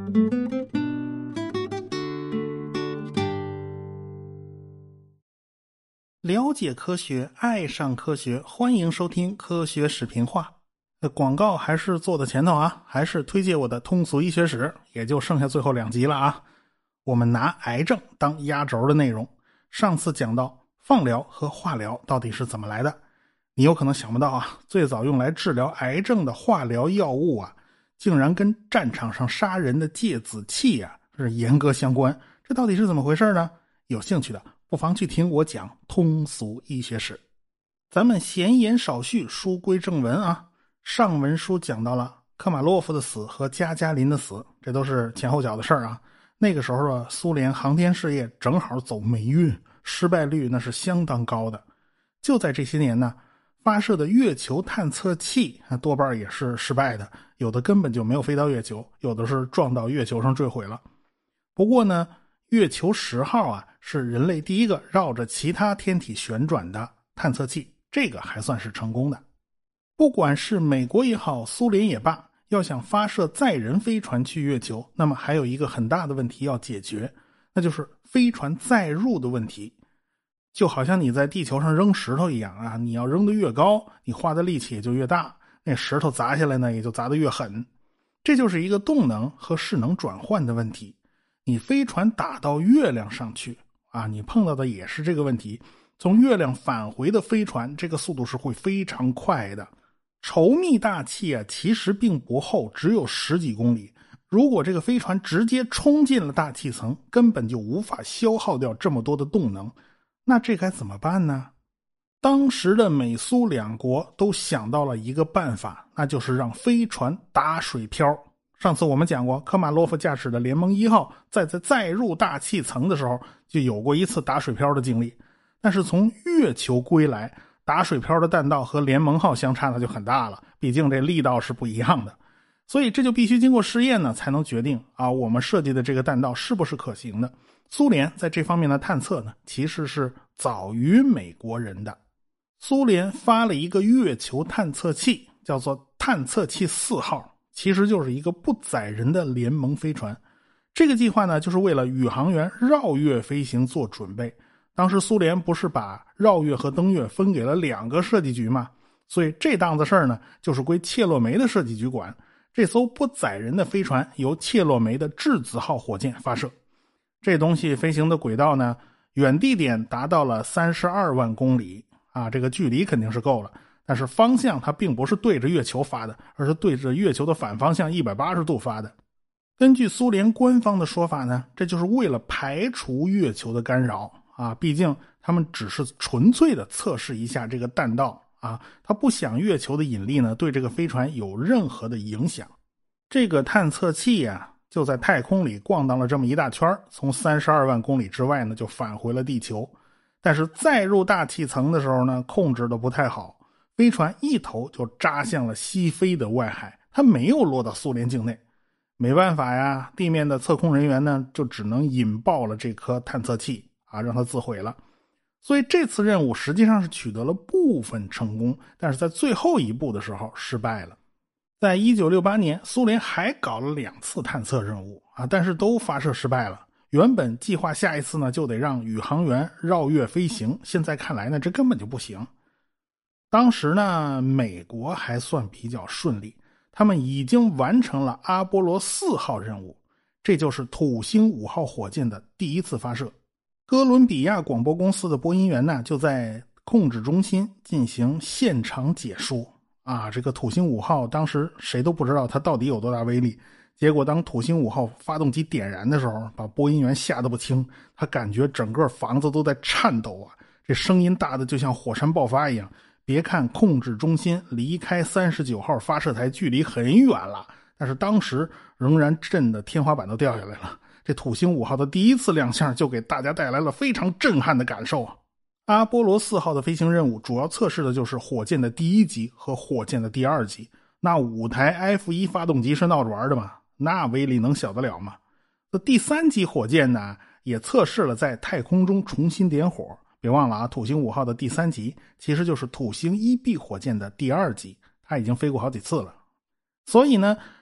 了解科学，爱上科学，欢迎收听科学视频化。广告还是做的前头啊，还是推荐我的通俗医学史，也就剩下最后2集了啊。我们拿癌症当压轴的内容。上次讲到放疗和化疗到底是怎么来的，你有可能想不到啊，最早用来治疗癌症的化疗药物啊，竟然跟战场上杀人的芥子气啊是严格相关。这到底是怎么回事呢？有兴趣的不妨去听我讲通俗医学史。咱们闲言少叙，书归正文啊。上文书讲到了科马洛夫的死和加加林的死，这都是前后脚的事儿啊。那个时候啊，苏联航天事业正好走霉运，失败率那是相当高的。就在这些年呢，发射的月球探测器多半也是失败的，有的根本就没有飞到月球，有的是撞到月球上坠毁了。不过呢，月球10号啊是人类第一个绕着其他天体旋转的探测器，这个还算是成功的。不管是美国也好，苏联也罢，要想发射载人飞船去月球，那么还有一个很大的问题要解决，那就是飞船载入的问题。就好像你在地球上扔石头一样啊，你要扔得越高，你花的力气也就越大，那石头砸下来呢也就砸得越狠。这就是一个动能和势能转换的问题。你飞船打到月亮上去啊，你碰到的也是这个问题。从月亮返回的飞船，这个速度是会非常快的。稠密大气啊，其实并不厚，只有10几公里。如果这个飞船直接冲进了大气层，根本就无法消耗掉这么多的动能。那这该怎么办呢？当时的美苏两国都想到了一个办法，那就是让飞船打水漂。上次我们讲过，科马洛夫驾驶的联盟1号在载入大气层的时候就有过一次打水漂的经历。但是从月球归来，打水漂的弹道和联盟号相差那就很大了，毕竟这力道是不一样的。所以这就必须经过试验呢，才能决定啊，我们设计的这个弹道是不是可行的。苏联在这方面的探测呢，其实是早于美国人的。苏联发了一个月球探测器，叫做探测器4号，其实就是一个不载人的联盟飞船。这个计划呢，就是为了宇航员绕月飞行做准备。当时苏联不是把绕月和登月分给了2个设计局吗？所以这档子事儿呢，就是归切洛梅的设计局管。这艘不载人的飞船由切洛梅的质子号火箭发射。这东西飞行的轨道呢，远地点达到了32万公里啊，这个距离肯定是够了。但是方向它并不是对着月球发的，而是对着月球的反方向180度发的。根据苏联官方的说法呢，这就是为了排除月球的干扰啊，毕竟他们只是纯粹的测试一下这个弹道啊，他不想月球的引力呢对这个飞船有任何的影响。这个探测器啊，就在太空里逛荡了这么一大圈，从32万公里之外呢就返回了地球。但是再入大气层的时候呢，控制的不太好，飞船一头就扎向了西非的外海，它没有落到苏联境内。没办法呀，地面的测控人员呢就只能引爆了这颗探测器啊，让它自毁了。所以这次任务实际上是取得了部分成功，但是在最后一步的时候失败了。在1968年，苏联还搞了2次探测任务啊，但是都发射失败了。原本计划下一次呢就得让宇航员绕月飞行，现在看来呢这根本就不行。当时呢美国还算比较顺利，他们已经完成了阿波罗4号任务，这就是土星5号火箭的第一次发射。哥伦比亚广播公司的播音员呢就在控制中心进行现场解说啊，这个土星5号当时谁都不知道它到底有多大威力，结果当土星5号发动机点燃的时候，把播音员吓得不轻，他感觉整个房子都在颤抖啊，这声音大的就像火山爆发一样。别看控制中心离开39号发射台距离很远了，但是当时仍然震得天花板都掉下来了。这土星5号的第一次亮相就给大家带来了非常震撼的感受啊！阿波罗4号的飞行任务主要测试的就是火箭的第1级和火箭的第2级。那5台 F1 发动机是闹着玩的吗？那威力能小得了吗？那第3级火箭呢，也测试了在太空中重新点火。别忘了啊，土星5号的第3级其实就是土星1B 火箭的第2级，它已经飞过好几次了。所以呢，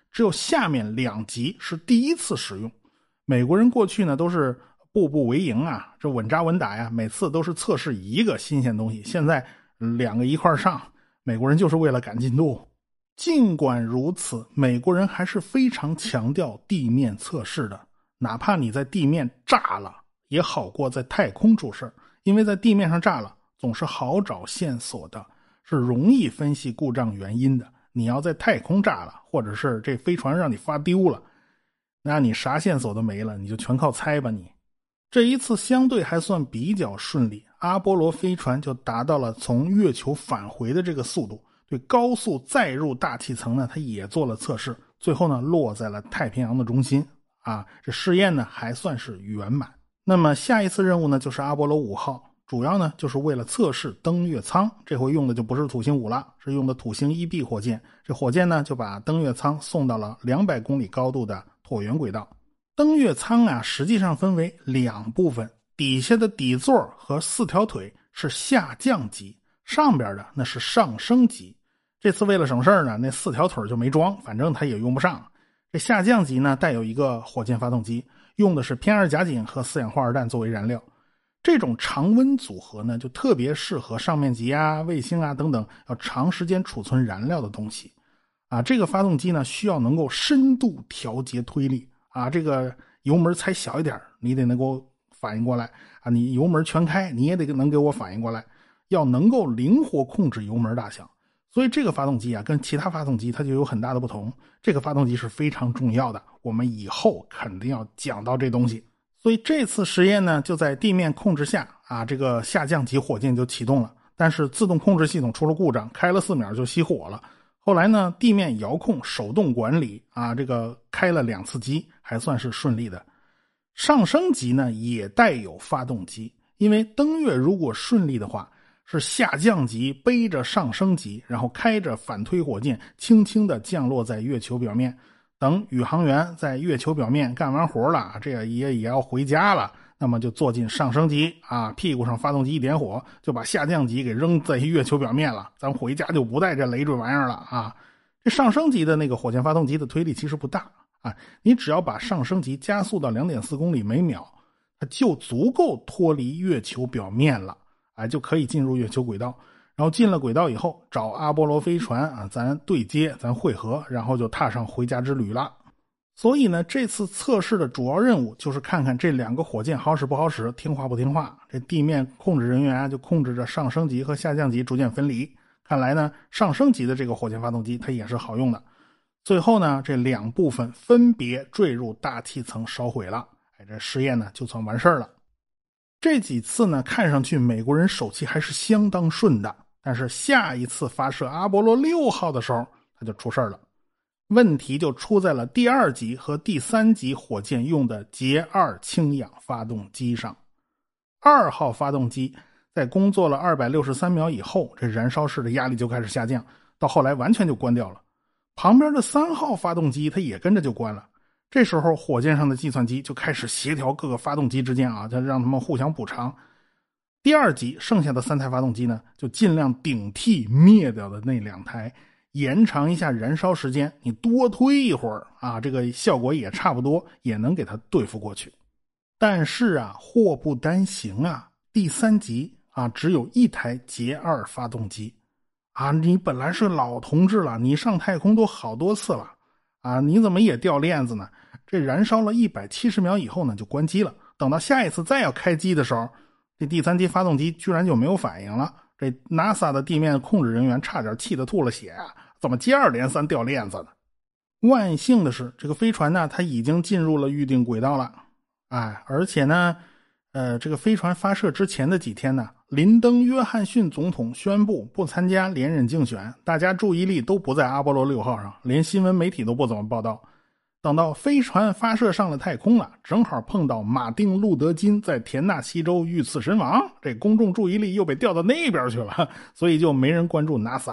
只有下面2级是第一次使用。美国人过去呢都是步步为营啊，这稳扎稳打呀，每次都是测试一个新鲜东西，现在2个一块上，美国人就是为了赶进度。尽管如此，美国人还是非常强调地面测试的，哪怕你在地面炸了也好过在太空出事，因为在地面上炸了总是好找线索的，是容易分析故障原因的。你要在太空炸了，或者是这飞船让你发丢了，那你啥线索都没了，你就全靠猜吧你。这一次相对还算比较顺利，阿波罗飞船就达到了从月球返回的这个速度，对高速再入大气层呢，它也做了测试，最后呢落在了太平洋的中心啊，这试验呢还算是圆满。那么下一次任务呢就是阿波罗5号，主要呢就是为了测试登月舱，这回用的就不是土星5了，是用的土星 1B 火箭。这火箭呢就把登月舱送到了200公里高度的椭圆轨道。登月舱啊实际上分为2部分，底下的底座和4条腿是下降级，上边的那是上升级。这次为了省事呢，那4条腿就没装，反正它也用不上。这下降级呢带有一个火箭发动机，用的是偏二甲肼和4氧化二氮作为燃料。这种常温组合呢就特别适合上面级啊、卫星啊等等要长时间储存燃料的东西啊。这个发动机呢需要能够深度调节推力啊，这个油门踩小一点你得能够反应过来啊，你油门全开你也得能给我反应过来，要能够灵活控制油门大小。所以这个发动机啊跟其他发动机它就有很大的不同，这个发动机是非常重要的，我们以后肯定要讲到这东西。所以这次实验呢就在地面控制下啊，这个下降级火箭就启动了，但是自动控制系统出了故障，开了4秒就熄火了。后来呢地面遥控手动管理啊，这个开了2次机还算是顺利的。上升级呢也带有发动机，因为登月如果顺利的话，是下降级背着上升级，然后开着反推火箭轻轻地降落在月球表面。等宇航员在月球表面干完活了，这也要回家了，那么就坐进上升级啊，屁股上发动机一点火，就把下降级给扔在月球表面了，咱回家就不带这累赘玩意儿了啊。这上升级的那个火箭发动机的推力其实不大啊，你只要把上升级加速到 2.4 公里每秒，它就足够脱离月球表面了，就可以进入月球轨道。然后进了轨道以后，找阿波罗飞船啊，咱对接，咱汇合，然后就踏上回家之旅了。所以呢，这次测试的主要任务就是看看这2个火箭好使不好使，听话不听话。这地面控制人员啊，就控制着上升级和下降级逐渐分离。看来呢，上升级的这个火箭发动机它也是好用的。最后呢，这2部分分别坠入大气层烧毁了，这实验呢就算完事儿了。这几次呢，看上去美国人手气还是相当顺的。但是下一次发射阿波罗6号的时候，它就出事了。问题就出在了第2级和第3级火箭用的拮2氢氧发动机上。2号发动机在工作了263秒以后，这燃烧室的压力就开始下降，到后来完全就关掉了。旁边的3号发动机它也跟着就关了。这时候火箭上的计算机就开始协调各个发动机之间啊，就让他们互相补偿。第2级剩下的3台发动机呢，就尽量顶替灭掉的那2台，延长一下燃烧时间，你多推一会儿啊，这个效果也差不多，也能给它对付过去。但是啊，祸不单行啊，第3级啊只有1台拮2发动机啊，你本来是老同志了，你上太空都好多次了啊，你怎么也掉链子呢？这燃烧了170秒以后呢，就关机了。等到下一次再要开机的时候，这第3级发动机居然就没有反应了，这 NASA 的地面控制人员差点气得吐了血啊！怎么接二连三掉链子呢？万幸的是，这个飞船呢，它已经进入了预定轨道了，而且呢，这个飞船发射之前的几天呢，林登·约翰逊总统宣布不参加连任竞选，大家注意力都不在阿波罗6号上，连新闻媒体都不怎么报道。等到飞船发射上了太空了，正好碰到马丁·路德·金在田纳西州遇刺身亡，这公众注意力又被调到那边去了，所以就没人关注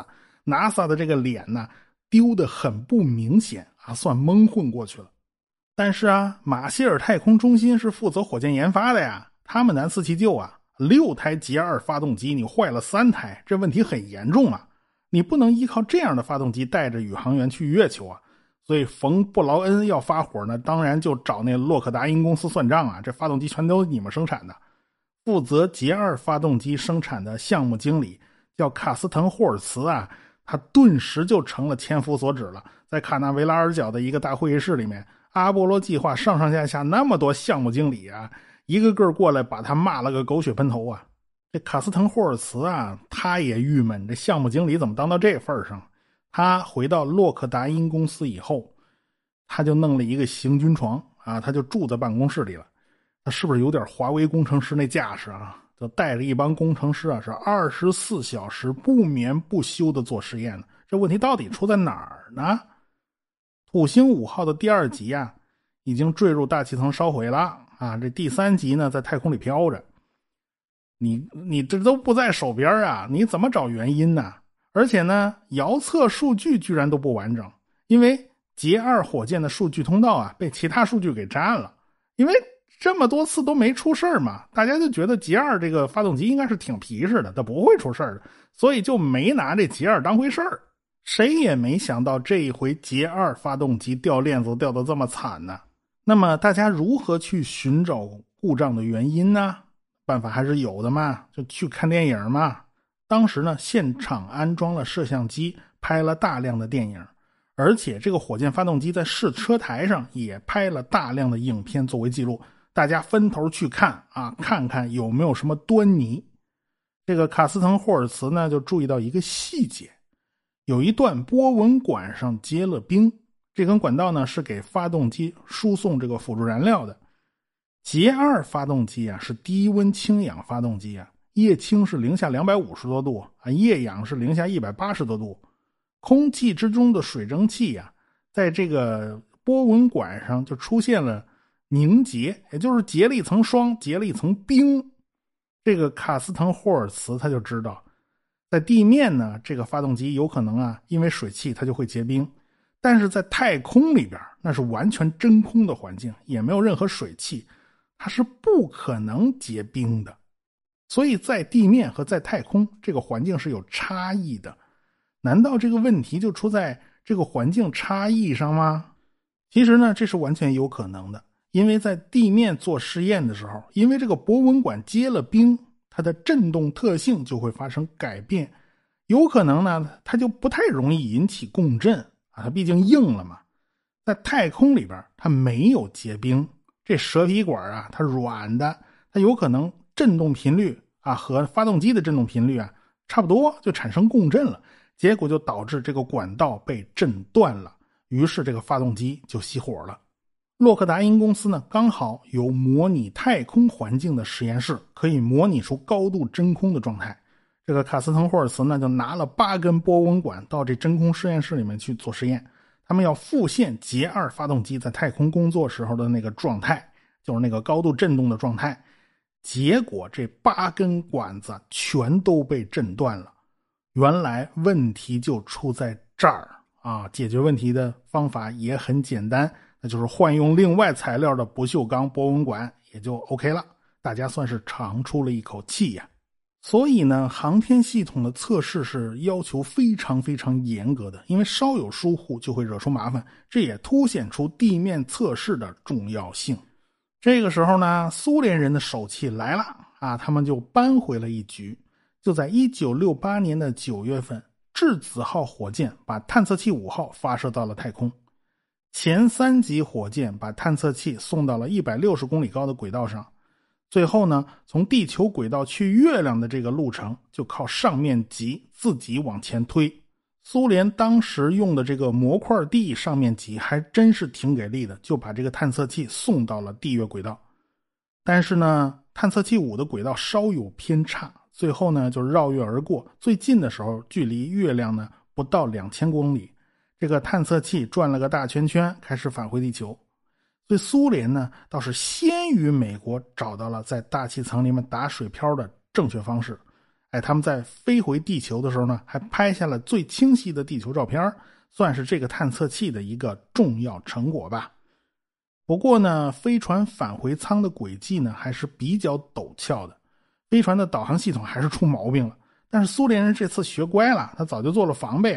NASA 的这个脸呢，丢得很不明显啊，算蒙混过去了。但是啊，马歇尔太空中心是负责火箭研发的呀，他们难辞其咎啊，6台拮2发动机你坏了3台，这问题很严重啊，你不能依靠这样的发动机带着宇航员去月球啊。 所以冯布劳恩要发火呢，当然就找那洛克达因公司算账啊，这发动机全都你们生产的。负责捷2发动机生产的项目经理叫卡斯滕霍尔茨啊，他顿时就成了千夫所指了。在卡纳维拉尔角的一个大会议室里面，阿波罗计划上上下下那么多项目经理啊，一个个过来把他骂了个狗血喷头啊。这卡斯滕霍尔茨啊，他也郁闷，这项目经理怎么当到这份上？他回到洛克达因公司以后，他就弄了一个行军床啊，他就住在办公室里了。他是不是有点华为工程师那架势啊？就带着一帮工程师啊，是24小时不眠不休的做实验呢。这问题到底出在哪儿呢？土星5号的第2级啊，已经坠入大气层烧毁了啊。这第3级呢，在太空里飘着。你这都不在手边啊，你怎么找原因呢？而且呢，遥测数据居然都不完整，因为捷2火箭的数据通道啊，被其他数据给占了。因为这么多次都没出事嘛，大家就觉得捷2这个发动机应该是挺皮实的，它不会出事的，所以就没拿这捷2当回事儿。谁也没想到这一回捷2发动机掉链子掉得这么惨呢。那么大家如何去寻找故障的原因呢？办法还是有的嘛，就去看电影嘛。当时呢，现场安装了摄像机，拍了大量的电影，而且这个火箭发动机在试车台上也拍了大量的影片作为记录。大家分头去看啊，看看有没有什么端倪。这个卡斯滕霍尔茨呢，就注意到一个细节，有一段波纹管上结了冰，这根管道呢是给发动机输送这个辅助燃料的。捷2发动机啊是低温氢氧发动机啊，液氢是零下250多度啊，液氧是零下180多度。空气之中的水蒸气啊，在这个波纹管上就出现了凝结，也就是结了一层霜，结了一层冰。这个卡斯滕霍尔茨他就知道，在地面呢，这个发动机有可能啊，因为水汽它就会结冰，但是在太空里边，那是完全真空的环境，也没有任何水汽，它是不可能结冰的。所以在地面和在太空，这个环境是有差异的。难道这个问题就出在这个环境差异上吗？其实呢，这是完全有可能的。因为在地面做试验的时候，因为这个波纹管结了冰，它的振动特性就会发生改变，有可能呢，它就不太容易引起共振啊，它毕竟硬了嘛。在太空里边，它没有结冰，这蛇皮管啊，它软的，它有可能振动频率啊和发动机的振动频率啊差不多，就产生共振了，结果就导致这个管道被震断了，于是这个发动机就熄火了。洛克达因公司呢，刚好有模拟太空环境的实验室，可以模拟出高度真空的状态。这个卡斯滕霍尔茨呢，就拿了8根波纹管到这真空实验室里面去做实验。他们要复现捷2发动机在太空工作时候的那个状态，就是那个高度震动的状态。结果这8根管子全都被震断了。原来问题就出在这儿啊！解决问题的方法也很简单，那就是换用另外材料的不锈钢波纹管，也就 OK 了。大家算是长出了一口气呀。所以呢，航天系统的测试是要求非常非常严格的，因为稍有疏忽就会惹出麻烦，这也凸显出地面测试的重要性。这个时候呢，苏联人的手气来了啊，他们就扳回了一局。就在1968年的9月份，质子号火箭把探测器5号发射到了太空。前3级火箭把探测器送到了160公里高的轨道上。最后呢，从地球轨道去月亮的这个路程就靠上面级自己往前推。苏联当时用的这个模块地上面级还真是挺给力的，就把这个探测器送到了地月轨道。但是呢，探测器5的轨道稍有偏差，最后呢就绕月而过，最近的时候距离月亮呢不到2000公里。这个探测器转了个大圈圈，开始返回地球。所以苏联呢倒是先于美国找到了在大气层里面打水漂的正确方式。他们在飞回地球的时候呢，还拍下了最清晰的地球照片，算是这个探测器的一个重要成果吧。不过呢，飞船返回舱的轨迹呢还是比较陡峭的，飞船的导航系统还是出毛病了。但是苏联人这次学乖了，他早就做了防备，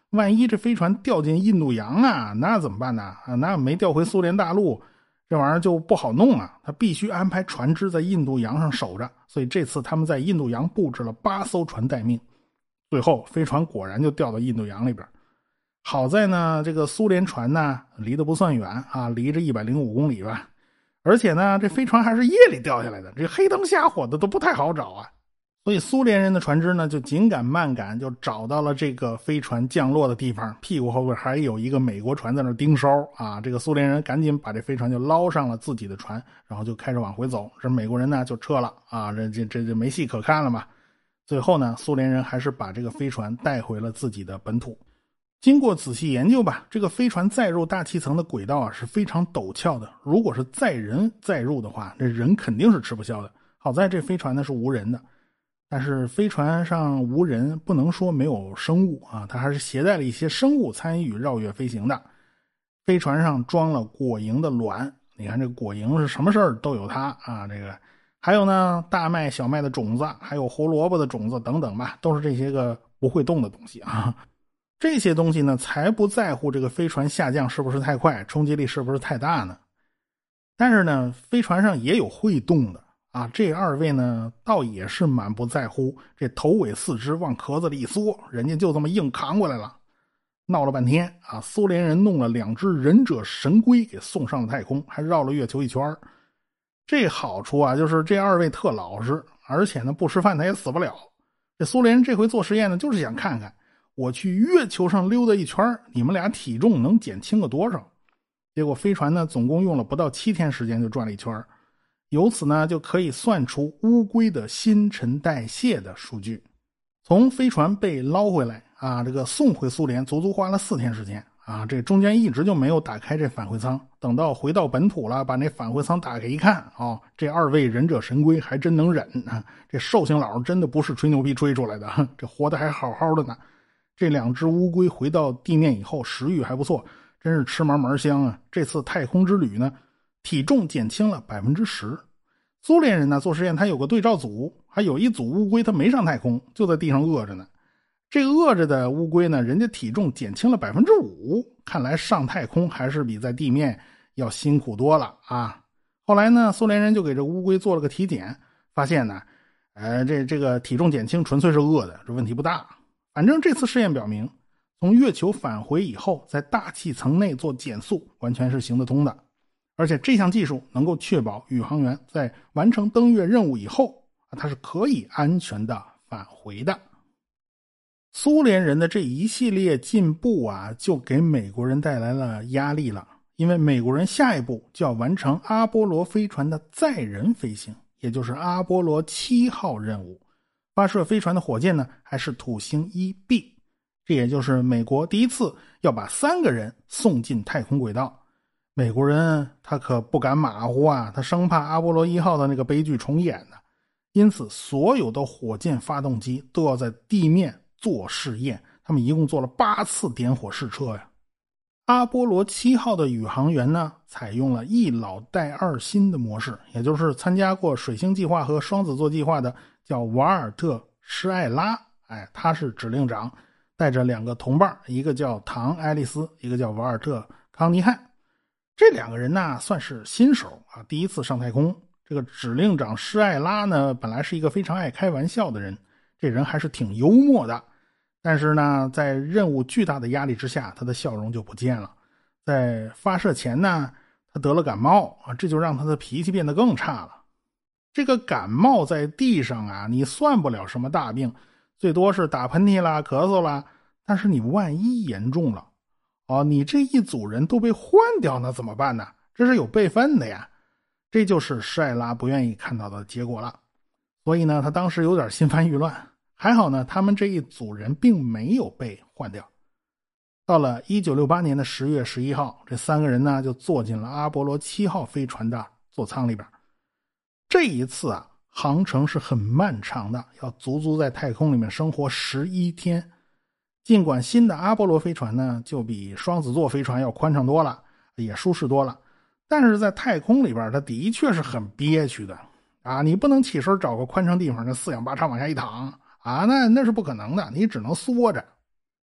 万一这飞船掉进印度洋啊，那怎么办呢？那没调回苏联大陆，这玩意儿就不好弄啊。他必须安排船只在印度洋上守着，所以这次他们在印度洋布置了8艘船待命。最后飞船果然就掉到印度洋里边。好在呢，这个苏联船呢离得不算远啊，离着105公里吧。而且呢，这飞船还是夜里掉下来的，这黑灯瞎火的都不太好找啊。所以苏联人的船只呢就紧赶慢赶，就找到了这个飞船降落的地方，屁股后边还有一个美国船在那盯梢啊。这个苏联人赶紧把这飞船就捞上了自己的船，然后就开始往回走。这美国人呢就撤了啊，这就没戏可看了嘛。最后呢，苏联人还是把这个飞船带回了自己的本土。经过仔细研究吧，这个飞船载入大气层的轨道啊是非常陡峭的，如果是载人载入的话，这人肯定是吃不消的。好在这飞船呢是无人的，但是飞船上无人不能说没有生物啊，它还是携带了一些生物参与绕月飞行的。飞船上装了果蝇的卵，你看这个果蝇是什么事儿都有它啊，这个还有呢大麦小麦的种子，还有胡萝卜的种子等等吧，都是这些个不会动的东西啊。这些东西呢才不在乎这个飞船下降是不是太快，冲击力是不是太大呢。但是呢飞船上也有会动的啊，这2位呢倒也是满不在乎，这头尾4肢往壳子里一缩，人家就这么硬扛过来了。闹了半天啊，苏联人弄了2只忍者神龟给送上了太空，还绕了月球一圈。这好处啊就是这2位特老实，而且呢不吃饭他也死不了。这苏联人这回做实验呢就是想看看我去月球上溜达一圈，你们俩体重能减轻个多少。结果飞船呢总共用了不到7天时间就转了一圈，由此呢就可以算出乌龟的新陈代谢的数据。从飞船被捞回来啊，这个送回苏联足足花了4天时间啊，这中间一直就没有打开这返回舱。等到回到本土了，把那返回舱打开一看哦，这2位忍者神龟还真能忍啊，这寿星佬真的不是吹牛逼吹出来的，这活得还好好的呢。这2只乌龟回到地面以后食欲还不错，真是吃嘛香啊。这次太空之旅呢体重减轻了 10%。 苏联人呢做实验，他有个对照组，还有一组乌龟他没上太空，就在地上饿着呢。这个饿着的乌龟呢，人家体重减轻了 5%， 看来上太空还是比在地面要辛苦多了啊。后来呢苏联人就给这乌龟做了个体检，发现呢这个体重减轻纯粹是饿的，这问题不大。反正这次试验表明，从月球返回以后在大气层内做减速完全是行得通的，而且这项技术能够确保宇航员在完成登月任务以后它是可以安全的返回的。苏联人的这一系列进步啊，就给美国人带来了压力了，因为美国人下一步就要完成阿波罗飞船的载人飞行，也就是阿波罗7号任务。发射飞船的火箭呢还是土星 1B， 这也就是美国第一次要把3个人送进太空轨道。美国人他可不敢马虎啊，他生怕阿波罗1号的那个悲剧重演呢。因此所有的火箭发动机都要在地面做试验，他们一共做了8次点火试车呀。阿波罗7号的宇航员呢采用了一老带2新的模式，也就是参加过水星计划和双子座计划的叫瓦尔特·施艾拉，他是指令长，带着2个同伴，一个叫唐·爱丽丝，一个叫瓦尔特·康尼汉。这2个人呢算是新手啊，第一次上太空。这个指令长施艾拉呢本来是一个非常爱开玩笑的人，这人还是挺幽默的，但是呢在任务巨大的压力之下，他的笑容就不见了。在发射前呢他得了感冒啊，这就让他的脾气变得更差了。这个感冒在地上啊，你算不了什么大病，最多是打喷嚏啦、咳嗽啦，但是你万一严重了你这一组人都被换掉，那怎么办呢？这是有备份的呀。这就是施艾拉不愿意看到的结果了。所以呢他当时有点心烦意乱，还好呢他们这一组人并没有被换掉。到了1968年的10月11号，这3个人呢就坐进了阿波罗7号飞船的座舱里边。这一次啊航程是很漫长的，要足足在太空里面生活11天。尽管新的阿波罗飞船呢就比双子座飞船要宽敞多了，也舒适多了，但是在太空里边它的确是很憋屈的啊！你不能起身找个宽敞地方，那4仰8叉往下一躺啊，那是不可能的，你只能缩着。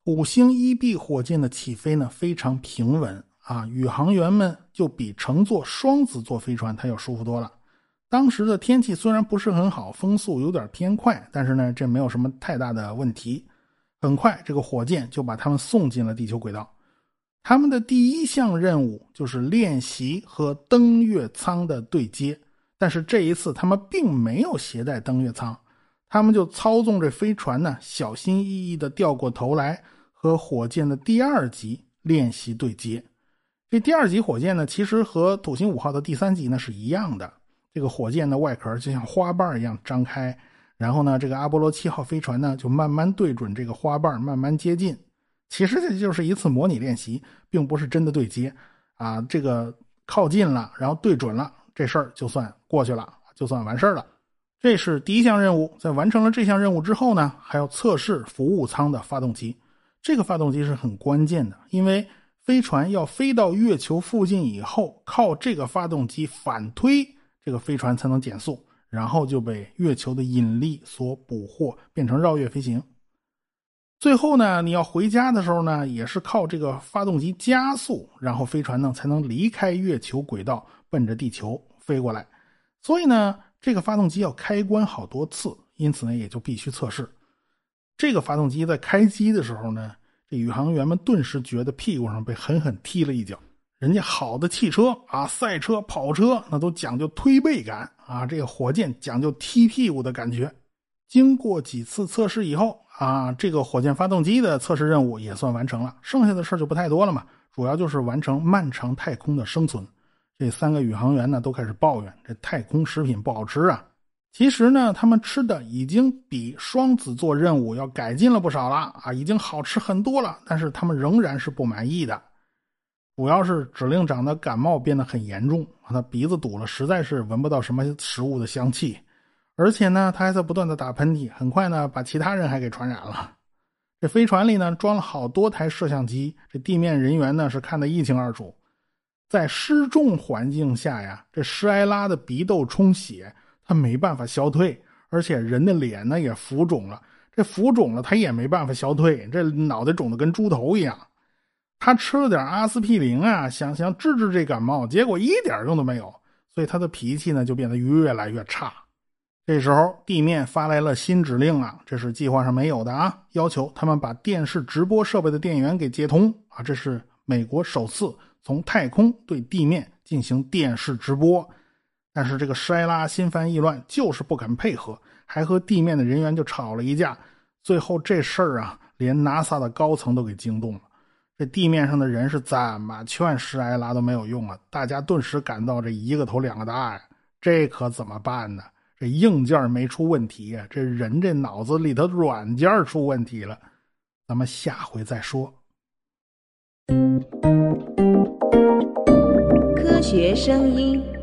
土星1B 火箭的起飞呢非常平稳啊，宇航员们就比乘坐双子座飞船它要舒服多了。当时的天气虽然不是很好，风速有点偏快，但是呢这没有什么太大的问题。很快这个火箭就把他们送进了地球轨道。他们的第一项任务就是练习和登月舱的对接，但是这一次他们并没有携带登月舱，他们就操纵这飞船呢小心翼翼地掉过头来和火箭的第2级练习对接。这第2级火箭呢其实和土星5号的第3级呢是一样的，这个火箭的外壳就像花瓣一样张开，然后呢这个阿波罗7号飞船呢就慢慢对准这个花瓣慢慢接近。其实这就是一次模拟练习，并不是真的对接啊，这个靠近了然后对准了，这事儿就算过去了，就算完事儿了。这是第一项任务。在完成了这项任务之后呢，还要测试服务舱的发动机。这个发动机是很关键的，因为飞船要飞到月球附近以后，靠这个发动机反推，这个飞船才能减速，然后就被月球的引力所捕获，变成绕月飞行。最后呢，你要回家的时候呢，也是靠这个发动机加速，然后飞船呢才能离开月球轨道，奔着地球飞过来。所以呢，这个发动机要开关好多次，因此呢也就必须测试。这个发动机在开机的时候呢，这宇航员们顿时觉得屁股上被狠狠踢了一脚。人家好的汽车啊、赛车、跑车那都讲究推背感啊，这个火箭讲究踢屁股的感觉。经过几次测试以后啊，这个火箭发动机的测试任务也算完成了，剩下的事就不太多了嘛，主要就是完成漫长太空的生存。这3个宇航员呢都开始抱怨这太空食品不好吃啊。其实呢他们吃的已经比双子座任务要改进了不少了啊，已经好吃很多了，但是他们仍然是不满意的。主要是指令长的感冒变得很严重，他鼻子堵了，实在是闻不到什么食物的香气，而且呢他还在不断的打喷嚏，很快呢把其他人还给传染了。这飞船里呢装了好多台摄像机，这地面人员呢是看得一清二楚。在失重环境下呀，这施埃拉的鼻窦充血，他没办法消退，而且人的脸呢也浮肿了，这浮肿了他也没办法消退，这脑袋肿得跟猪头一样。他吃了点阿司匹林啊，想治这感冒，结果一点用都没有，所以他的脾气呢就变得越来越差。这时候地面发来了新指令啊，这是计划上没有的啊，要求他们把电视直播设备的电源给接通啊，这是美国首次从太空对地面进行电视直播。但是这个施埃拉心烦意乱，就是不肯配合，还和地面的人员就吵了一架。最后这事儿啊，连 NASA 的高层都给惊动了。这地面上的人是怎么劝施埃拉都没有用啊，大家顿时感到这一个头两个大呀，这可怎么办呢？这硬件没出问题啊，这人这脑子里头软件出问题了。咱们下回再说。 科学声音